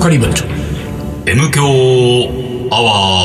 カリー番長 M 強ア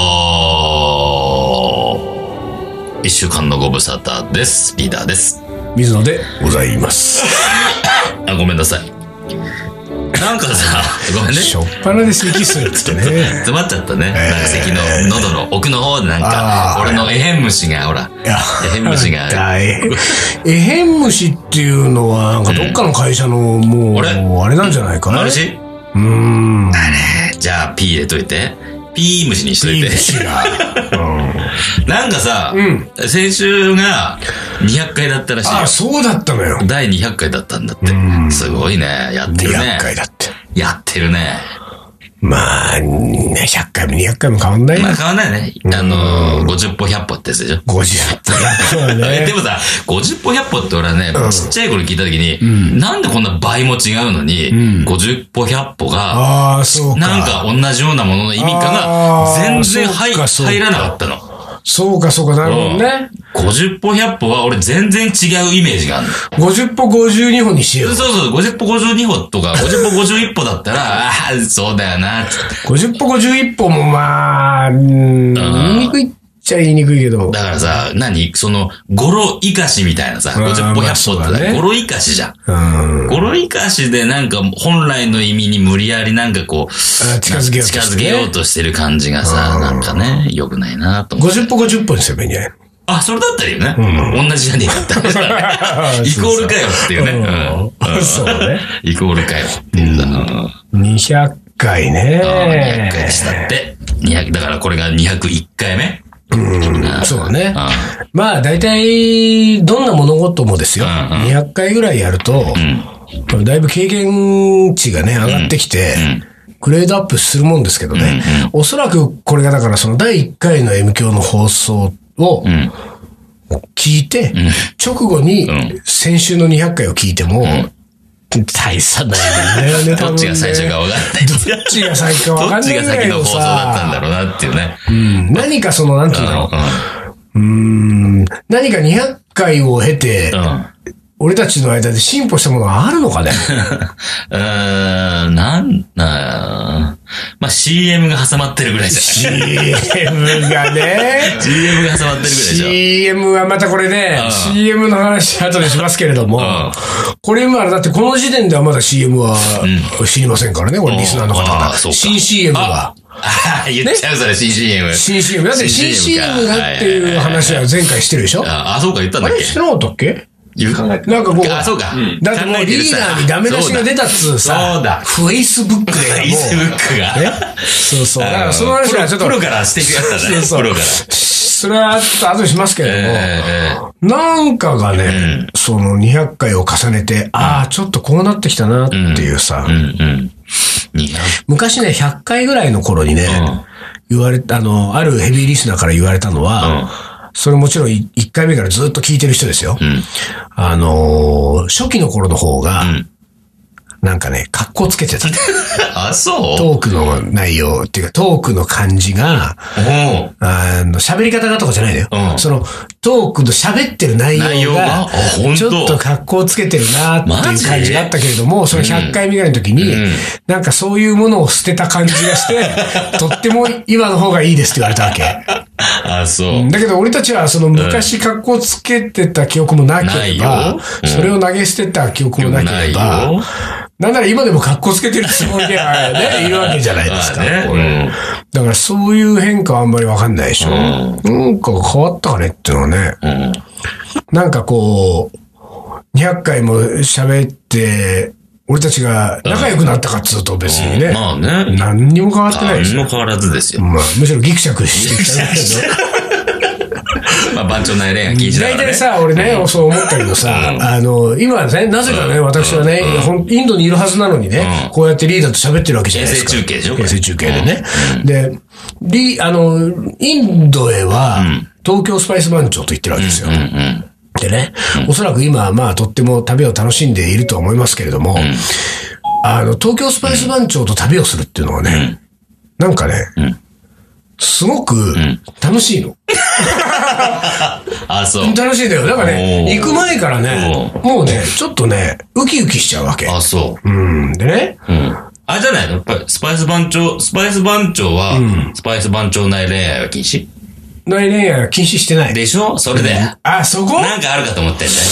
ワー。1週間のご無沙汰です。リーダーです。 水野でございます。 あ、ごめんなさい。なんかさ、ごめんね。 しょっぱなで咳するっつってね。 詰まっちゃったね。なんか咳の喉の奥の方でなんか、俺のエヘン虫が、ほら、エヘン虫が。 エヘン虫っていうのは、なんかどっかの会社のもう、あれなんじゃないかな。 あれし？あれ、じゃあ P 入れといて。P 虫にしといて。P 虫が。なんかさ、先週が200回だったらしいよ。 あ、そうだったのよ。 第200回だったんだって。すごいね。やってるね。 200回だって。 やってるね。 まあ、ね、100回も200回も変わんないよ。 まあ変わんないね。50歩100歩ってやつでしょ。50歩100歩ね。でもさ、50歩100歩って俺はね、ちっちゃい頃聞いた時に、なんでこんな倍も違うのに、50歩100歩が、なんか同じようなものの意味かが、全然入らなかったの。 そうか、そうか、なるほどね。 50歩100歩は俺全然違うイメージがあるの。 50歩52歩にしよう。 そうそう、50歩52歩とか、50歩51歩だったら、ああ、そうだよな、つって。 50歩51歩もまあ、言いにくいっちゃ言いにくいけど。 だからさ、その、語呂生かしみたいなさ、50歩100歩って語呂生かしじゃん。語呂生かしでなんか本来の意味に無理やりなんかこう、近づけようとしてる感じがさ、なんかね、良くないなと思って。 50歩50歩にすればいいんじゃない？ あ、それだったらいいよね。同じじゃねえかって。イコールかよっていうね。 そうね。 イコールかよっていうさ。 200回ね。 200回でしたって。だからこれが201回目。 そうだね。まあ、大体、どんな物事もですよ。200回ぐらいやると、だいぶ経験値がね、上がってきて、グレードアップするもんですけどね。おそらくこれがだからその第1回の M 響の放送を聞いて、直後に先週の200回を聞いても、大差ないんだよね。 どっちが最初か分かんない。 どっちが最初か分かんないぐらいのさ。どっちが先の放送だったんだろうなっていうね。何かその、なんていうんだろう。何か200回を経て、俺たちの間で進歩したものがあるのかね。 まあ、CM が挟まってるぐらいじゃない。 CM がね。 CM が挟まってるぐらいでしょ。 CM はまたこれね、CM の話後でしますけれども、これ今だってこの時点ではまだ CM は知りませんからね、これリスナーの方々。新 CM が。 言っちゃうそれ、新 CM。 新 CM。だって新 CM がっていう話は前回してるでしょ。 そうか言ったんだっけ。 あれしてなかったっけ？ なんかこう。そうか。 だってもうリーダーにダメ出しが出たっつうさ。そうだ。Facebook で。 Facebook が。 そうそう。だからその話はちょっと。 プロから指摘があったね。プロから。 それはちょっと後にしますけれども。なんかがね、その200回を重ねて、ちょっとこうなってきたなっていうさ。昔ね、100回ぐらいの頃にね、言われた、あるヘビーリスナーから言われたのは、それもちろん1回目からずっと聞いてる人ですよ。初期の頃の方が、なんかね、格好つけてた。 そう？ トークの内容っていうか、トークの感じが、喋り方がとかじゃないのよ。その、トークの喋ってる内容が、ちょっと格好つけてるなっていう感じがあったけれども、その100回目ぐらいの時に、なんかそういうものを捨てた感じがして、とっても今の方がいいですって言われたわけ。 そう。 だけど俺たちはその昔格好つけてた記憶もなければ、それを投げ捨てた記憶もなければ、なんなら今でも格好つけてるつもりでね、いるわけじゃないですか。だからそういう変化はあんまりわかんないでしょ。なんか変わったかねっていうのはね。なんかこう、200回も喋って、俺たちが仲良くなったかっつうと別にね。まあね。何にも変わってないでしょ。 何にも変わらずですよ。 まあ、むしろギクシャクしてきたけど。 まあ、番長内恋愛禁止だからね。 大体さ、俺ね、そう思ったけどさ、今ね、なぜかね、私はね、インドにいるはずなのにね、こうやってリーダーと喋ってるわけじゃないですか。 衛星中継でしょ？ 衛星中継でね。で、インドへは、東京スパイス番長と言ってるわけですよ。でね、おそらく今、まあ、とっても旅を楽しんでいるとは思いますけれども、東京スパイス番長と旅をするっていうのはね、なんかね、すごく楽しいの。 そう。 楽しいんだよ。だからね、行く前からね、もうね、ちょっとね、ウキウキしちゃうわけ。 そう。 でね、 あれじゃないのやっぱりスパイス番長は、スパイス番長内恋愛は禁止？ 内恋愛は禁止してない。 でしょ？それで。 あ、そこ？ なんかあるかと思ってんだよ。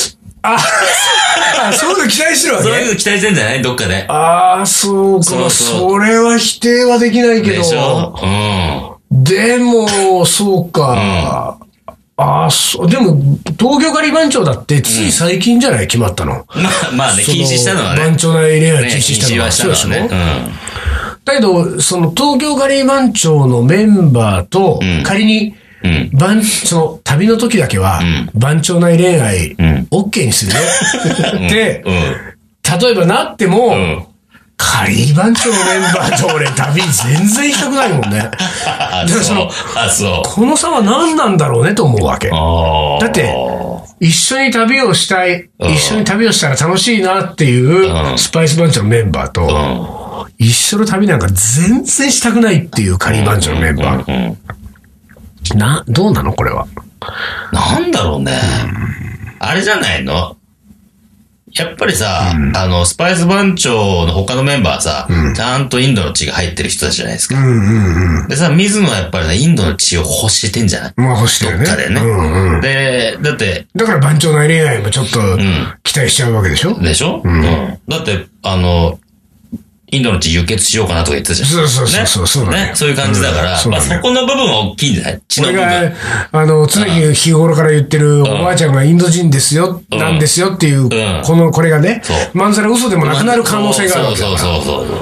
そういうの期待してるわけ？ そういうの期待してんじゃないどっかで。 そうか。それは否定はできないけど。 でしょ？ でも、そうか。でも、東京カリ番長だって、つい最近じゃない、決まったの。 まあね、禁止したのはね。 番長内恋愛禁止したのは。 そうでしょ？ だけど、その東京カリ番長のメンバーと、仮に、その旅の時だけは、番長内恋愛、OK にするよ。で、例えばなっても、カリー番長のメンバーと俺旅全然行きたくないもんね。この差は何なんだろうねと思うわけ。だって、一緒に旅をしたい、一緒に旅をしたら楽しいなっていうスパイス番長のメンバーと、一緒の旅なんか全然したくないっていうカリー番長のメンバー。どうなのこれは。 なんだろうね。あれじゃないの？やっぱりさ、スパイス番長の他のメンバーはさ、ちゃんとインドの血が入ってる人たちじゃないですか。でさ、水野はやっぱりね、インドの血を欲してんじゃない？ まあ欲してるね。 どっかでね。で、だって。 だから番長内恋愛もちょっと期待しちゃうわけでしょ？ でしょ？だって、インドの血輸血しようかなとか言ってたじゃん。 そうね。そういう感じだから、まあそこの部分は大きいんじゃない？血の部分。 常に日頃から言ってるおばあちゃんがインド人ですよ、なんですよっていう、これがね、まんざら嘘でもなくなる可能性があるわけだから。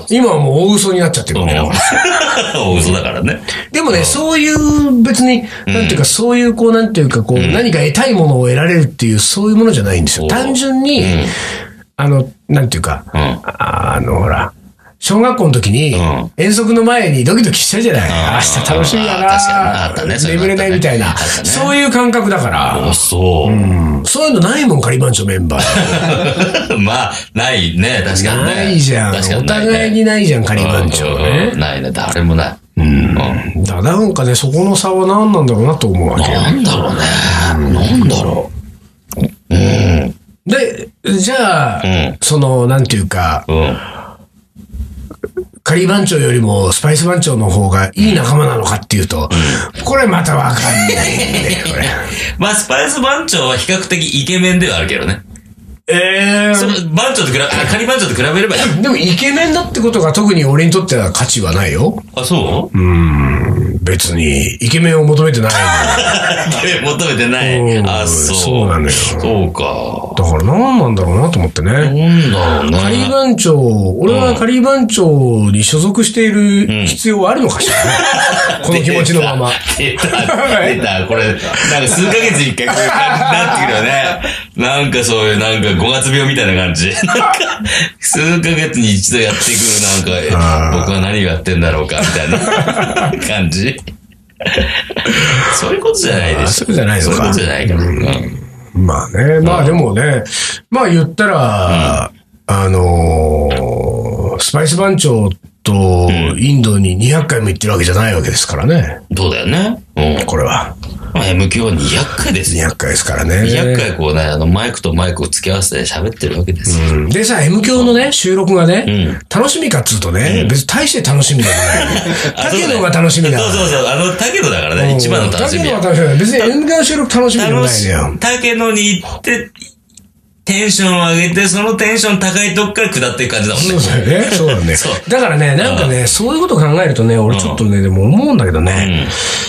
今はもう大嘘になっちゃってるわけだから。 大嘘だからね。 でもね、そういう別に、なんていうか、そういうなんていうか、何か得たいものを得られるっていう、そういうものじゃないんですよ。単純に、なんていうか、ほら、小学校の時に、遠足の前にドキドキしたじゃない。明日楽しみだな。眠れないみたいな。そういう感覚だから。そういうのないもん、カリ番長メンバー。 まあ、ないね、確かにね。 ないじゃん。お互いにないじゃん、カリ番長ね。 ないね、誰もない。 なんかね、そこの差は何なんだろうなと思うわけ。 なんだろうね。なんだろう。 で、じゃあ、なんていうか、カリー番長よりもスパイス番長の方がいい仲間なのかっていうと、これまたわかんないんだよ、これ。 まあ、スパイス番長は比較的イケメンではあるけどね。その番長とカリ番長と比べればいい。 でもイケメンだってことが特に俺にとっては価値はないよ。 あ、そう？ 別にイケメンを求めてないの。イケメン求めてない。あ、そう。 そうなのよ。 そうか。 だから何なんだろうなと思ってね。 なんだろうね。 カリー番長、俺はカリー番長に所属している必要はあるのかしらね。この気持ちのまま。 出た。これ、なんか数ヶ月に一回こういう感じになってくるよね。なんかそういう、なんか5月病みたいな感じ。なんか、数ヶ月に一度やってくる、なんか、僕は何をやってんだろうか、みたいな感じ。そういうことじゃないでしょ。 そうじゃないのか。 そういうことじゃないから。 まあね、まあでもね、まあ言ったら、スパイス番長とインドに200回も行ってるわけじゃないわけですからね。 そうだよね。 これは。 MQ は200回ですよ。 200回ですからね。 200回こうね、マイクとマイクを付け合わせて喋ってるわけですよ。 でさ、MQ のね、収録がね、楽しみかっつうとね、別に大して楽しみでもない。竹野が楽しみだ。 そう。竹野だからね、一番の楽しみ。 竹野が楽しみだ。別に MQ の収録楽しみでもないのよ。 竹野に行って、テンションを上げて、そのテンション高いとこから下っていく感じだもんね。 そうだよね。そうだね。だからね、なんかね、そういうことを考えるとね、俺ちょっとね、でも思うんだけどね、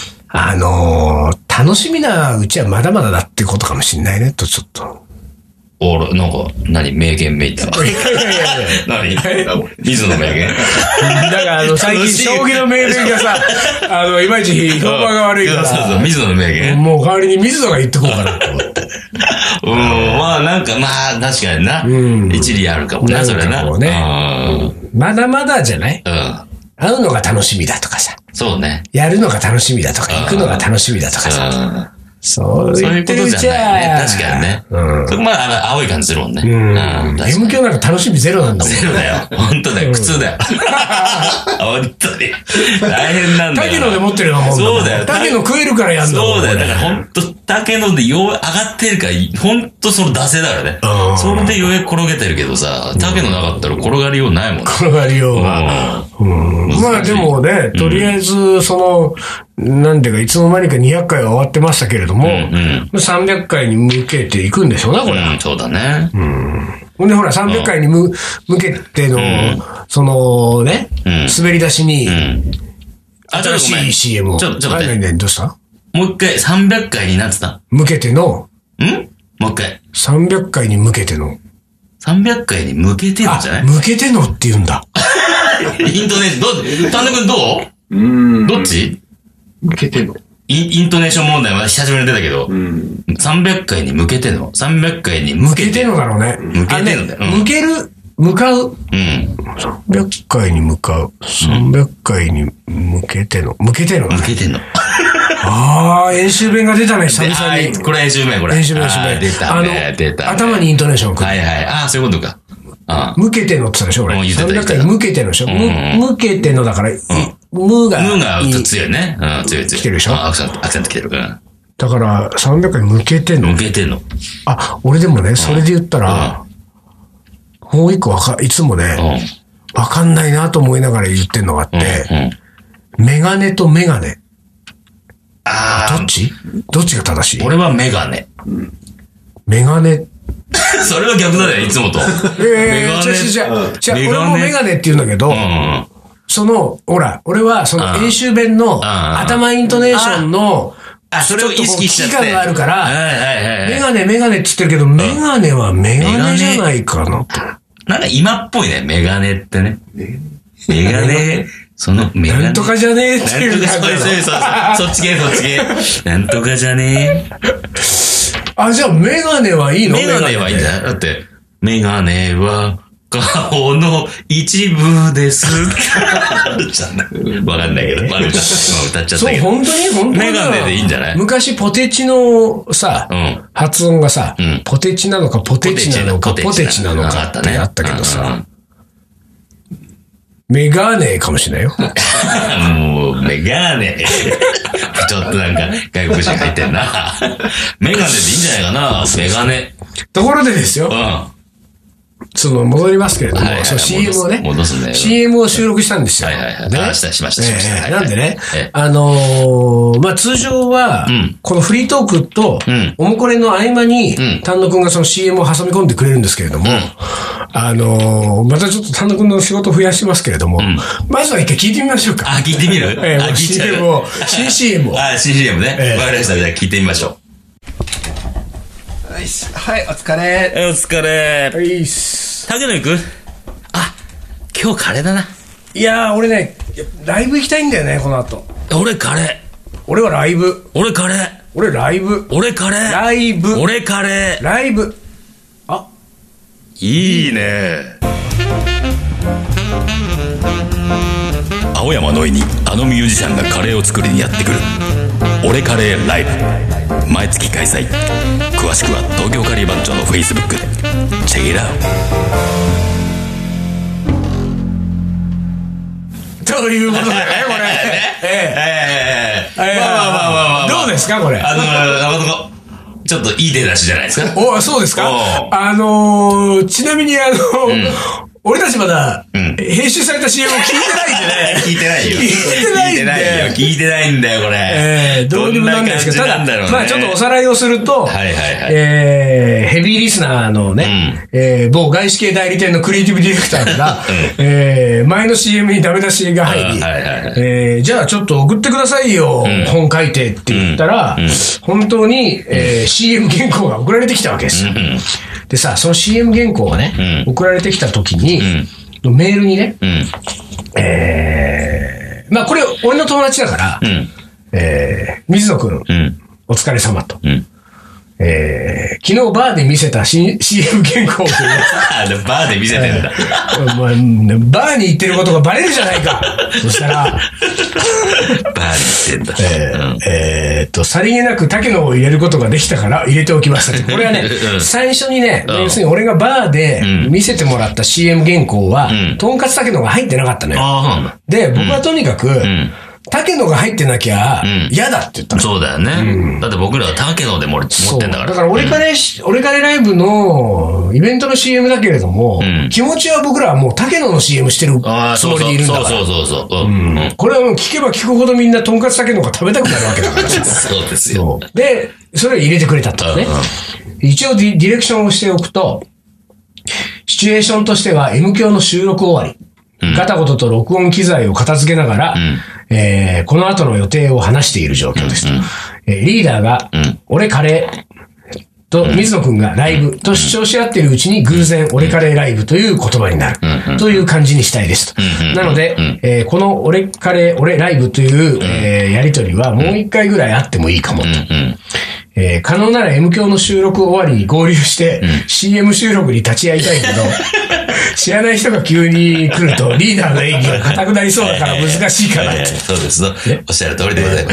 楽しみなうちはまだまだだってことかもしんないね、とちょっと。 なんか、名言めいた。何水野名言だから最近、将棋の名言がさ、いまいち評判が悪いから。 そう、水野の名言。 もう代わりに水野が言ってこうかなと思って。 まあなんか、まあ確かにな。一理あるかもな、それな。 まだまだじゃない？会うのが楽しみだとかさ。 そうね。 やるのが楽しみだとか、行くのが楽しみだとかさ。そういうことじゃないね。確かにね。そこまで青い感じするもんね。 M 響なんか楽しみゼロなんだもん。 ゼロだよ。本当だよ。苦痛だよ。本当に。大変なんだよ。 竹野で持ってるようなもんだ。そうだよ。竹野食えるからやんだもん。 そうだよ。だから本当竹野でよう上がってるから、ほんとその惰性だからね。それでようやく転げてるけどさ、竹野なかったら転がりようないもんね。 転がりようが。まあでもね、とりあえず、なんていうか、いつの間にか200回は終わってましたけれども、300回に向けていくんでしょうな、これ。 そうだね。 ほんでほら、300回に向けての、滑り出しに、新しい CM を。 ちょっと待って。 どうした？ もう一回、300回になってた。 向けての。 もう一回。 300回に向けての。 300回に向けてのじゃない？ 向けてのって言うんだ。 イントネーション、丹野くんどう？どっち？ 向けての。 イントネーション問題は久しぶりに出たけど、300回に向けての。300回に向けてのだろうね。 向けてのだよ。 向かう。300回に向かう。300回に向けての。向けての。演習弁が出たね、久々に。 これ演習弁、これ。 演習弁。 出たね、出た。 頭にイントネーションをはい。そういうことか。 向けてのって言ったでしょ、俺。300回向けてのでしょ。向けてのだから、無が強いね。強い。 来てるでしょ。 アクセント来てるから。 だから、300回向けての。俺でもね、それで言ったら、もう一個いつもね、わかんないなと思いながら言ってんのがあって、メガネとメガネ。どっちが正しい？ 俺はメガネ。 メガネ。 それは逆だよ、いつもと。 俺もメガネって言うんだけど、ほら、俺は演習弁の頭イントネーションの、 それを意識しちゃって。 危機感があるから、メガネって言ってるけど、メガネはメガネじゃないかなと。 なんか今っぽいね、メガネってね。メガネ、メガネ。 なんとかじゃねえっていう感じ。 そっち系。なんとかじゃねえ。 じゃあメガネはいいの？ メガネはいいんだよ。だって、メガネは顔の一部です。わかんないけど。今歌っちゃったけど。 本当にメガネでいいんじゃない？ 昔ポテチのさ、発音がさ、ポテチなのかポテチなのかポテチなのかってあったけどさ、メガネかもしれないよ。 もう、メガネ。ちょっとなんか外国人入ってんな。メガネでいいんじゃないかな、メガネ。 ところでですよ。戻りますけれども、CM をね、CM を収録したんですよ。 しました。 なんでね、通常は、このフリートークと、おもこれの合間に、丹野くんがその CM を挟み込んでくれるんですけれども、またちょっと丹野くんの仕事を増やしますけれども、まずは一回聞いてみましょうか。 聞いてみる？ CM を、新 CM を。 新 CM ね。わかりました。じゃあ聞いてみましょう。 はい、お疲れ。 お疲れ。竹野行く？今日カレーだな。 いやー、俺ね、ライブ行きたいんだよね、この後。 俺カレー。 俺はライブ。 俺カレー。 俺ライブ。 俺カレー。 ライブ。 俺カレー。 ライブ。 いいね。青山の井にあのミュージシャンがカレーを作りにやってくる。俺カレーライブ。毎月開催。詳しくは東京カリー番長の Facebook でチェックイットアウト。ということでね、これ。まあ。どうですか、これ。 ちょっといい出だしじゃないですか。 そうですか。ちなみに俺たちまだ、編集された CM を聞いてないんでね。 聞いてないよ。聞いてないんだよ、これ。 どうにもなんないですけど、ただ、まあちょっとおさらいをすると、ヘビーリスナーのね、某外資系代理店のクリエイティブディレクターが、前の CM にダメ出しが入り、じゃあちょっと送ってくださいよ、本書いてって言ったら、本当に CM 原稿が送られてきたわけですよ。でさ、その CM 原稿がね、送られてきた時に、メールにね、まあこれ俺の友達だから、水野くん、お疲れ様と。昨日バーで見せた CM 原稿というやつ。 バーで見せてんだ。 バーに行ってることがバレるじゃないか。そしたら、 バーに行ってんだ。 さりげなく竹野を入れることができたから入れておきました。これはね、最初にね、要するに俺がバーで見せてもらった CM 原稿は、とんかつ竹野が入ってなかったのよ。で、僕はとにかく、 竹野が入ってなきゃ嫌だって言ったの。 そうだよね。だって僕らは竹野で持ってんだから。 だから俺カレライブのイベントの CM だけれども、気持ちは僕らはもう竹野の CM してるつもりでいるんだから。 そう。 これはもう聞けば聞くほどみんなとんかつ竹野が食べたくなるわけだから。 そうですよ。 で、それを入れてくれたとね。一応ディレクションをしておくと、シチュエーションとしては M 響の収録終わり。ガタゴトと録音機材を片付けながら、この後の予定を話している状況ですと。リーダーが、俺カレーと水野くんがライブと主張し合っているうちに偶然俺カレーライブという言葉になるという感じにしたいですと。なので、この俺カレー俺ライブという、やりとりはもう一回ぐらいあってもいいかもと。可能なら M 響の収録終わりに合流して、CM 収録に立ち会いたいけど、知らない人が急に来るとリーダーの演技が硬くなりそうだから難しいかなって。 そうです。おっしゃる通りでございます。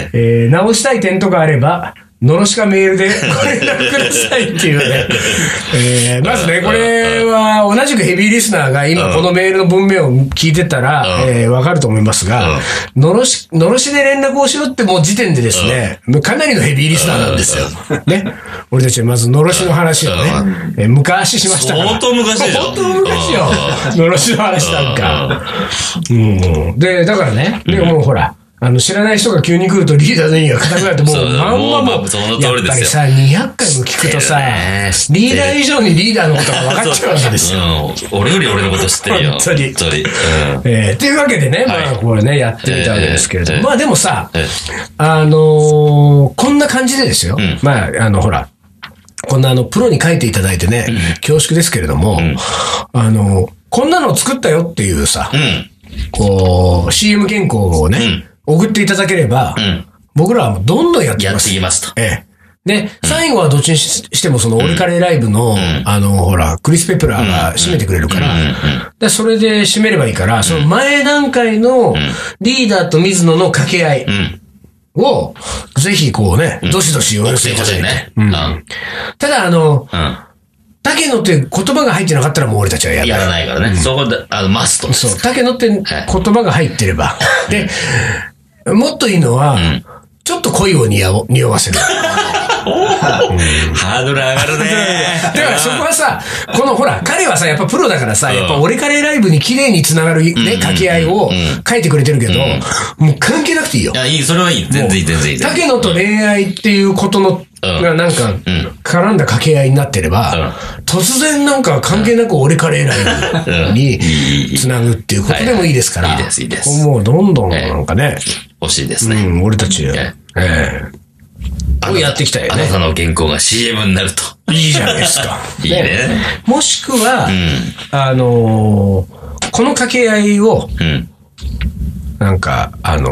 直したい点とかあれば、のろしかメールでご連絡くださいっていうね。まずね、これは同じくヘビーリスナーが今このメールの文面を聞いてたら、わかると思いますが、のろしで連絡をしろってもう時点でですね、かなりのヘビーリスナーなんですよ。ね。俺たちはまずのろしの話をね、昔しましたから。 相当昔でしょ。 相当昔よ。のろしの話なんか。で、だからね、でもうほら、知らない人が急に来るとリーダーの意味が硬くなって、もう、まんまもう、やっぱりさ、200回も聞くとさ、リーダー以上にリーダーのことが分かっちゃうわけですよ。 俺より俺のこと知ってるよ。 本当に。っていうわけでね、まあ、これね、やってみたわけですけれども。まあでもさ、こんな感じでですよ。まあ、ほら、こんなプロに書いていただいてね、恐縮ですけれども、こんなのを作ったよっていうさ、こう、CM 原稿をね、送っていただければ、僕らはもうどんどんやっていきます。 やっていきますと。 で、最後はどっちにしてもそのオリカレーライブの、ほら、クリス・ペプラーが締めてくれるから、でそれで締めればいいから、その前段階のリーダーと水野の掛け合いを、ぜひこうね、どしどしお寄せいただいて。ただ竹野って言葉が入ってなかったらもう俺たちはやらないからね。そこで、マスト。 そう。竹野って言葉が入ってれば。で、もっといいのは、ちょっと恋を匂わせる。 ハードル上がるね。 だからそこはさ、このほら、彼はさ、やっぱプロだからさ、やっぱ俺カレーライブに綺麗に繋がるね、掛け合いを書いてくれてるけど、もう関係なくていいよ。 いや、いい、それはいい。全然いい、全然いい。 竹野と恋愛っていうことの、がなんか、絡んだ掛け合いになってれば、突然なんか関係なく俺カレーライブに繋ぐっていうことでもいいですから。 いいです、いいです。 もうどんどんなんかね。 欲しいですね。 俺たち、をやっていきたいよね。 あなたの原稿が CM になると。 いいじゃないですか。 いいね。 もしくは、この掛け合いを、なんか、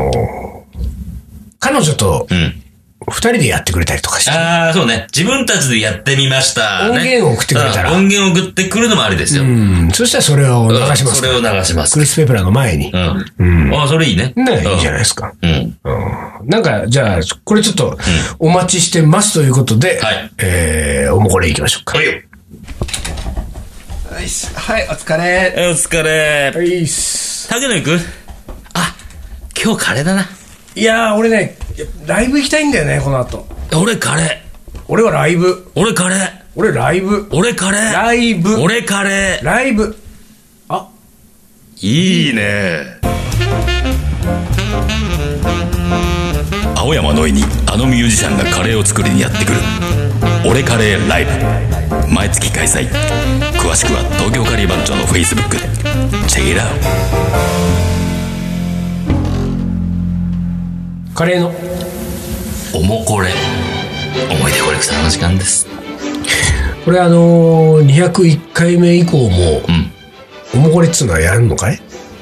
彼女と、二人でやってくれたりとかして。 ああ、そうね。自分たちでやってみました。 音源を送ってくれたら。 音源を送ってくるのもありですよ。 そしたらそれを流します。 それを流します。 クリス・ペプラーの前に。 ああ、それいいね。 ね、いいじゃないですか。なんか、じゃあ、これちょっと、お待ちしてますということで、おもこれ行きましょうか。 はい、お疲れ。 お疲れ。 はいっす。 竹野行く？あ、今日カレーだな。 いやー、俺ね、ライブ行きたいんだよね、この後。 俺カレー。 俺はライブ。 俺カレー。 俺ライブ。 俺カレー。 ライブ。 俺カレー。 ライブ。あ、 いいね。青山のいにあのミュージシャンがカレーを作りにやってくる。俺カレーライブ。毎月開催。詳しくは東京カリー番長の Facebook で。チェックイットアウト。 カレーのおもこれ思い出コレクターの時間です。 これ201回目以降も、おもこれっつうのはやるのかい？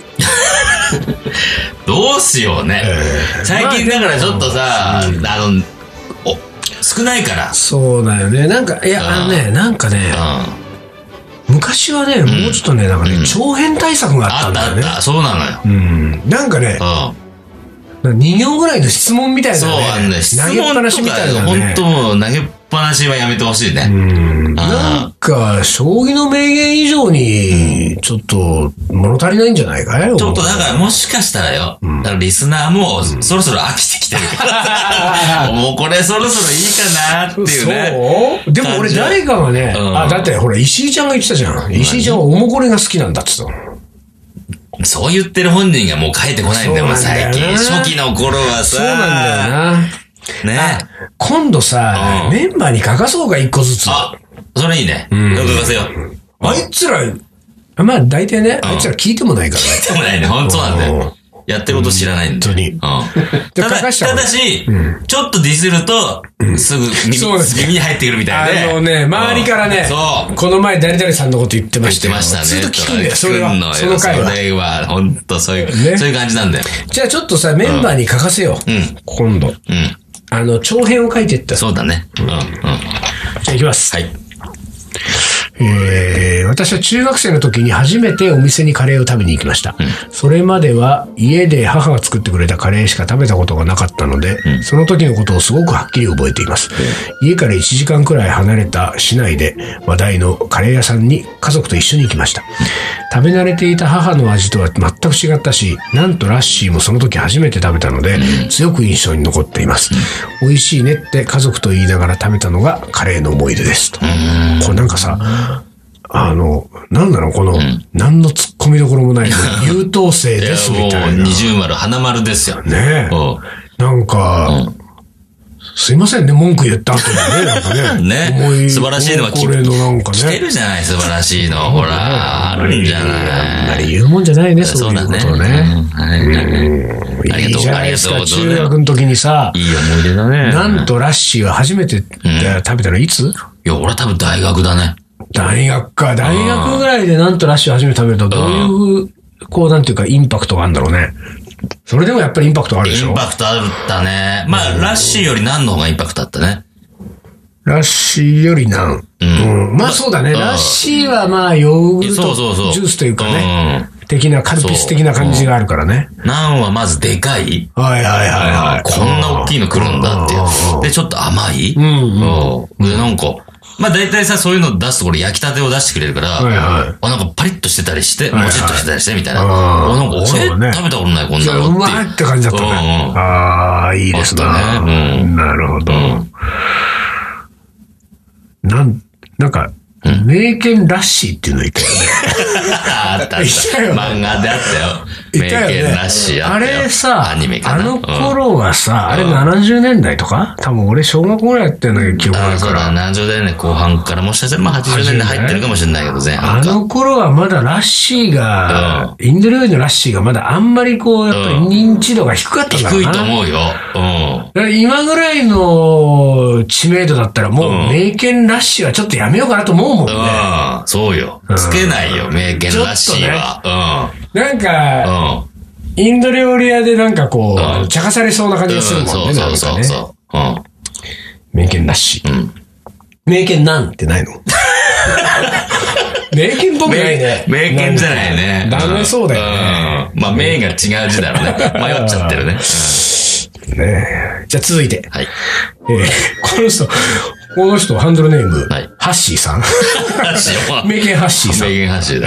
どうしようね。最近だからちょっとさ、少ないから。 そうだよね。なんか、いや、なんかね、昔はね、もうちょっとね、なんかね、長編対策があったんだよね。 そうなのよ。 なんかね、2行ぐらいの質問みたいなね。 そう、 投げっぱなしみたいなね。 本当もう投げっぱなしはやめてほしいね。 なんか、将棋の名言以上に、ちょっと、物足りないんじゃないかい？ ちょっとだから、もしかしたらよ、だからリスナーも、そろそろ飽きてきてるから、もうこれそろそろいいかなっていうね。 そう？でも俺誰かがね、だってほら、石井ちゃんが言ってたじゃん。石井ちゃんはおもこれが好きなんだって言ってた。 そう言ってる本人がもう帰ってこないんだよ、最近。初期の頃はさ。 そうなんだよな。ね。今度さ、メンバーに書かそうか、一個ずつ。 あ、それいいね。書かせよう。 あいつら、まあ大体ね、あいつら聞いてもないからね。 聞いてもないね、本当なんだよ。やってること知らないんだよ。 本当に。 ただし、ちょっとディスると、すぐ耳に入ってくるみたいで。 周りからね、この前誰々さんのこと言ってましたよ。 言ってましたね。 ずっと聞くんだよ、それは。その回は。 それは、ほんとそういう感じなんだよ。 じゃあちょっとさ、メンバーに書かせよう。今度。長編を書いてった。 そうだね。じゃあ行きます。 はい。 私は中学生の時に初めてお店にカレーを食べに行きました。それまでは家で母が作ってくれたカレーしか食べたことがなかったので、その時のことをすごくはっきり覚えています。家から1時間くらい離れた市内で話題のカレー屋さんに家族と一緒に行きました。食べ慣れていた母の味とは全く違ったし、なんとラッシーもその時初めて食べたので、強く印象に残っています。美味しいねって家族と言いながら食べたのがカレーの思い出です。と。これなんかさ、なんだろう、この、何の突っ込みどころもない、優等生ですみたいな。 二重丸、花丸ですよ。 ねえ。なんか、すいませんね、文句言った後にね、なんかね。ね。素晴らしいのはこれのなんかね。 来てるじゃない、素晴らしいの。ほら、あるんじゃない。 あんまり言うもんじゃないね、そういうことね。いいじゃないですか、中学の時にさ。 いい思い出だね。 なんとラッシーは初めて食べたのいつ？いや、俺は多分大学だね。 大学か。大学ぐらいでなんとラッシュを初めて食べると、どういう、こう、なんていうか、インパクトがあるんだろうね。それでもやっぱりインパクトあるでしょ？ インパクトあったね。まあ、ラッシーよりナンの方がインパクトあったね。 ラッシーよりナン。まあそうだね。ラッシーはまあ、ヨーグルトジュースというかね。的な、カルピス的な感じがあるからね。 ナンはまずでかい。 はいはいはい。 こんな大きいの来るんだっていう。で、ちょっと甘い。で、なんか、まあ大体さ、そういうの出すところ焼きたてを出してくれるから、なんかパリッとしてたりして、もちっとしてたりしてみたいな。なんか俺食べたことないこんなのって。 うまいって感じだったね。ああ、いいですね。なるほど。なんか、名犬ラッシーっていうのいたよね。 あったあった。漫画であったよ。名犬ラッシーあったよ。 あれさ、 アニメかな。 あの頃はさ、あれ70年代とか多分俺小学校ぐらいやってんだけど記憶あるから。 そうだ、70年代後半からもしかしたらまあ80年代入ってるかもしれないけど前半か。 あの頃はまだラッシーが、インド料理のラッシーがまだあんまりこう、やっぱり認知度が低かったんだろうな。 低いと思うよ。 今ぐらいの知名度だったらもう名犬ラッシーはちょっとやめようかなと思うもんね。 そうよ。つけないよ、名犬ラッシーは。 なんか、インド料理屋でなんかこう、茶化されそうな感じがするもんね。そう名犬ラッシー。名犬なんってないの？名犬っぽくないね。 名犬じゃないね。 ダメそうだよね。 まあ、名が違う字だろうね。迷っちゃってるね。 じゃあ続いて。 はい。 この人、ハンドルネーム、ハッシーさん。名犬ハッシーさん。 名犬ハッシーだ。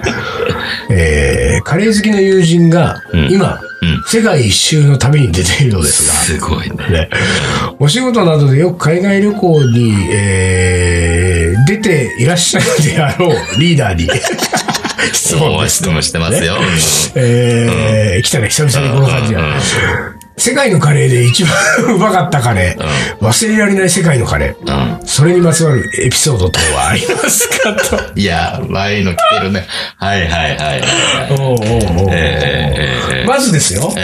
カレー好きの友人が、今、世界一周の旅に出ているのですが、 すごいね。 お仕事などでよく海外旅行に、出ていらっしゃるであろうリーダーに、質問してますよ。 来たね、久々にこの感じが。世界のカレーで一番うまかったカレー、忘れられない世界のカレー、それにまつわるエピソード等はありますかと。 いや、悪いの来てるね。はいはいはい。 まずですよ。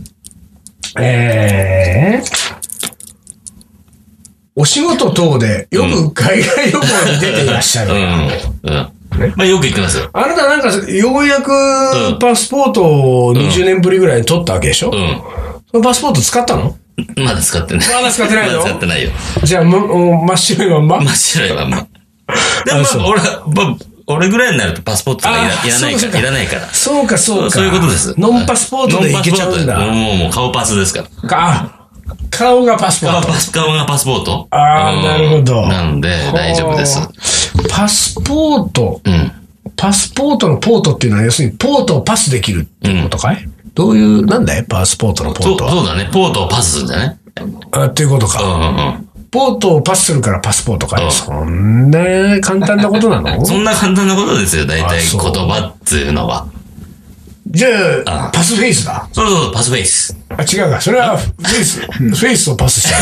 お仕事等でよく海外旅行に出ていらっしゃる。 まあよく行ってますよ。 あなたなんかようやくパスポートを20年ぶりぐらいに取ったわけでしょ？そのパスポート使ったの？ まだ使ってない。 まだ使ってないの？ まだ使ってないよ。 じゃあ、真っ白いまんま？ 真っ白いまんま。でも俺ぐらいになるとパスポートとかいらないから。 そうかそうか。 そういうことです。 ノンパスポートで行けちゃうんだ。 もう顔パスですから。 顔がパスポート。 顔がパスポート。 ああ、なるほど。 なので、大丈夫です。 パスポート。パスポートのポートっていうのは、要するにポートをパスできるっていうことかい？どういう、なんだいパスポートのポートは。 そうだね。ポートをパスするんだね。 っていうことか。ポートをパスするからパスポートかい？そんな簡単なことなの？ そんな簡単なことですよ、大体言葉っていうのは。 じゃあ、パスフェイスだ。 そう、パスフェイス。 あ、違うか。それは、フェイスをパスした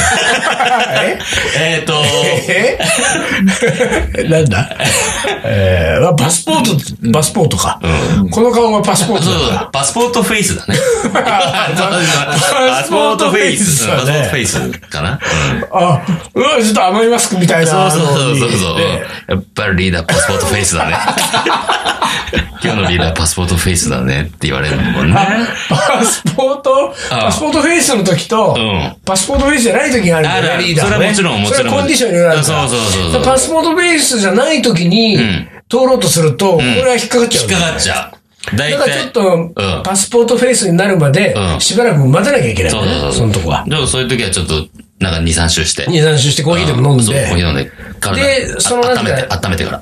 なんだパスポートか。この顔はパスポートだ。 そう、パスポートフェイスだね。パスポートフェイス。パスポートフェイスかな。 ちょっと甘いマスクみたいな。 そう。やっぱりリーダーパスポートフェイスだね。今日のリーダーパスポートフェイスだねって言われるもんね。 パスポートフェイスの時と、パスポートフェイスじゃない時があるんだよね、リーダーね。 それはもちろん。 それはコンディションによるから。そう。パスポートフェイスじゃない時に、通ろうとすると、これは引っかかっちゃう。 引っかかっちゃう。 だからちょっと、パスポートフェイスになるまで、しばらく待たなきゃいけない。そのとこは。 でもそういう時はちょっと、なんか2、3周して。 2、3周してコーヒーでも飲んで。 コーヒー飲んで。 で、その温めてから。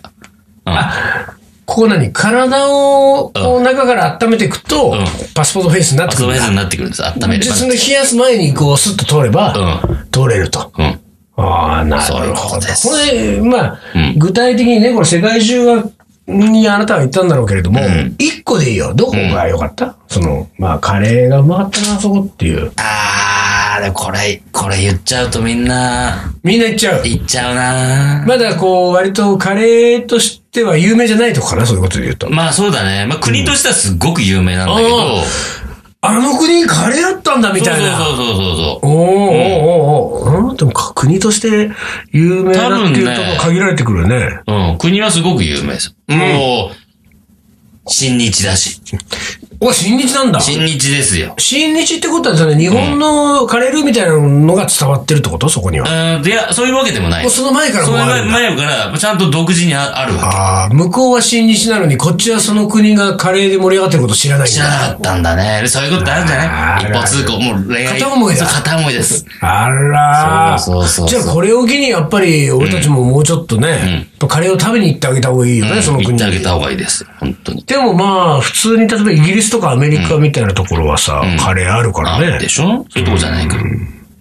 ここ体を中から温めていくと、パスポートフェイスになってくる。 パスポートフェイスになってくるんです。温める。 その冷やす前にスッと通れば、通れると。ああ、なるほど。これ、具体的にね、これ世界中にあなたは言ったんだろうけれども、一個でいいよ。どこが良かった？カレーがうまかったな、そこっていう。 でもこれ言っちゃうとみんな言っちゃう。 言っちゃうな。 まだ割とカレーとしては有名じゃないとこかな、そういうことで言うと。 そうだね。国としてはすっごく有名なんだけど。 あの国にカレーあったんだみたいな。 そう。 でも国として有名だっていうとこ限られてくるね。 国はすごく有名です。もう、親日だし。 親日なんだ。 親日ですよ。 親日ってことはですね、日本のカレールーみたいなのが伝わってるってことそこには。 いや、そういうわけでもない。 その前からもある。その前から、ちゃんと独自にあるわけ。向こうは親日なのに、こっちはその国がカレーで盛り上がってること知らないんだ。 知らなかったんだね。そういうことあるんじゃない？一方通行、もう恋愛。 片思いだ。 片思いです。 あらー。 そう。 じゃあこれを機にやっぱり、俺たちももうちょっとね、カレーを食べに行ってあげた方がいいよね、その国に。 行ってあげた方がいいです。本当に。 でも普通に例えばイギリスとかアメリカみたいなところはさ、カレーあるからね。 でしょ？そういうとこじゃないから。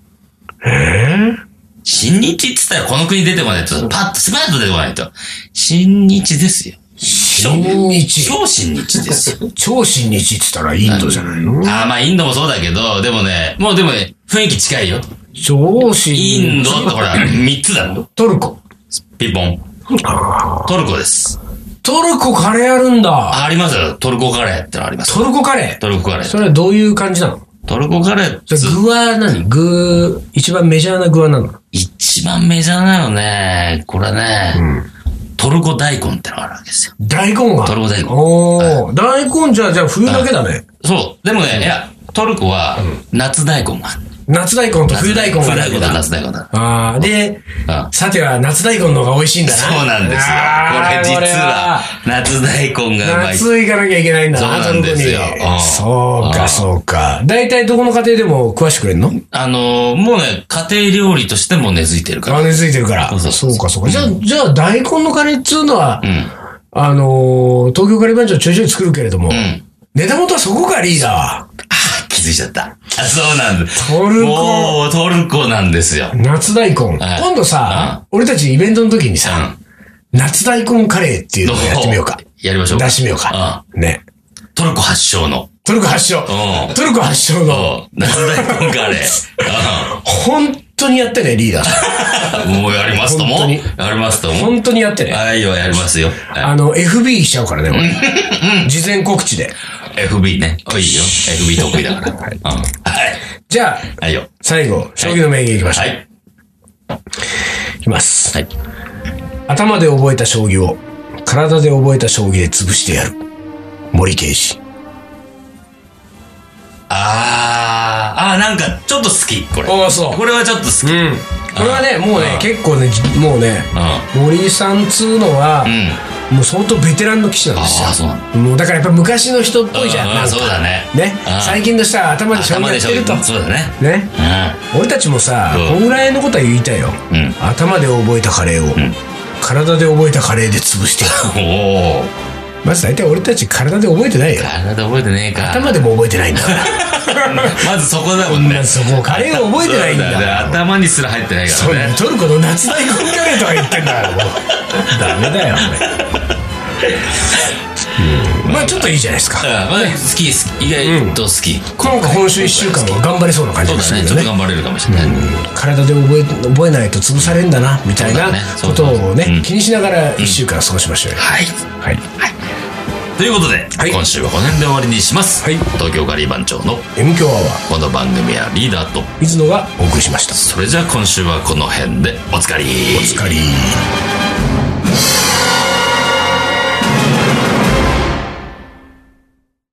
親日って言ったらこの国出てこないと、スパッと出てこないと。親日ですよ。 親日。 超親日ですよ。 超親日って言ったらインドじゃないの？ インドもそうだけど、でもね、雰囲気近いよ。 超親日。 インドってほら、3つだろ。 トルコ。 ピンポン。トルコです。 トルコカレーあるんだ。 ありますよ。トルコカレーってのあります。 トルコカレー。それはどういう感じなの？ トルコカレーって。 具は何？一番メジャーな具は何なの？ 一番メジャーなのね。これね、トルコ大根ってのがあるわけですよ。 大根が？ トルコ大根。 大根じゃあ冬だけだね。 そう。でもね、いや、トルコは夏大根がある。 夏大根と冬大根がある。 冬大根と夏大根だ。 で、さては夏大根の方が美味しいんだな。 そうなんですよ。これ実は、夏大根がうまい。 夏行かなきゃいけないんだな、 そうなんですよ。 そうか。大体どこの家庭でも食わしてくれんの？ もうね、家庭料理としても根付いてるから。 根付いてるから。そうか。じゃあ大根のカレーっつうのは、東京カレー番長ちょいちょい作るけれども、ネタ元はそこか、リーダー。 気づいちゃった。そうなんです。 トルコなんですよ。 夏大根。今度さ、俺たちイベントの時にさ、夏大根カレーっていうのをやってみようか。 やりましょう。 出してみようか。ね。 トルコ発祥の。 トルコ発祥の。 夏大根カレー。 本当にやってね、リーダー。もうやりますとも。 本当にやってね。 はいよ、やりますよ。 FB しちゃうからね、俺。事前告知で。 FB ね。いいよ。FB 得意だから。はい。 じゃあ、最後、将棋の名言いきましょう。はい。いきます。はい。頭で覚えた将棋を、体で覚えた将棋で潰してやる。森圭司。 なんか、ちょっと好き、これ。 そう。 これはちょっと好き。 これはね、もうね、結構ね、もうね、森さんつうのは、 もう相当ベテランの騎士なんですよ。 ああ、そうなんだ。 もうだからやっぱ昔の人っぽいじゃん。なんかそうだね。 最近の人は頭で将棋やってると。 そうだね。 ね。俺たちもさ、こんぐらいのことは言いたいよ。頭で覚えたカレーを体で覚えたカレーで潰してやる。おお。まず大体俺たち体で覚えてないよ。 体で覚えてねえか。 頭でも覚えてないんだから。 まずそこだもんね。 そこカレーを覚えてないんだ。 頭にすら入ってないからね。 トルコの夏大根カレーとか言ってんだからもうダメだよまあちょっといいじゃないですか。 好き、意外と好き。 今週1週間は頑張れそうな感じですね。 ちょっと頑張れるかもしれない。 体で覚えないと潰されるんだなみたいなことをね気にしながら1週間過ごしましょうよ。はい。 ということで、今週はこの辺で終わりにします。東京カリー番長の M 強アワー。 この番組はリーダーと水野がお送りしました。 それじゃあ今週はこの辺でおつかり。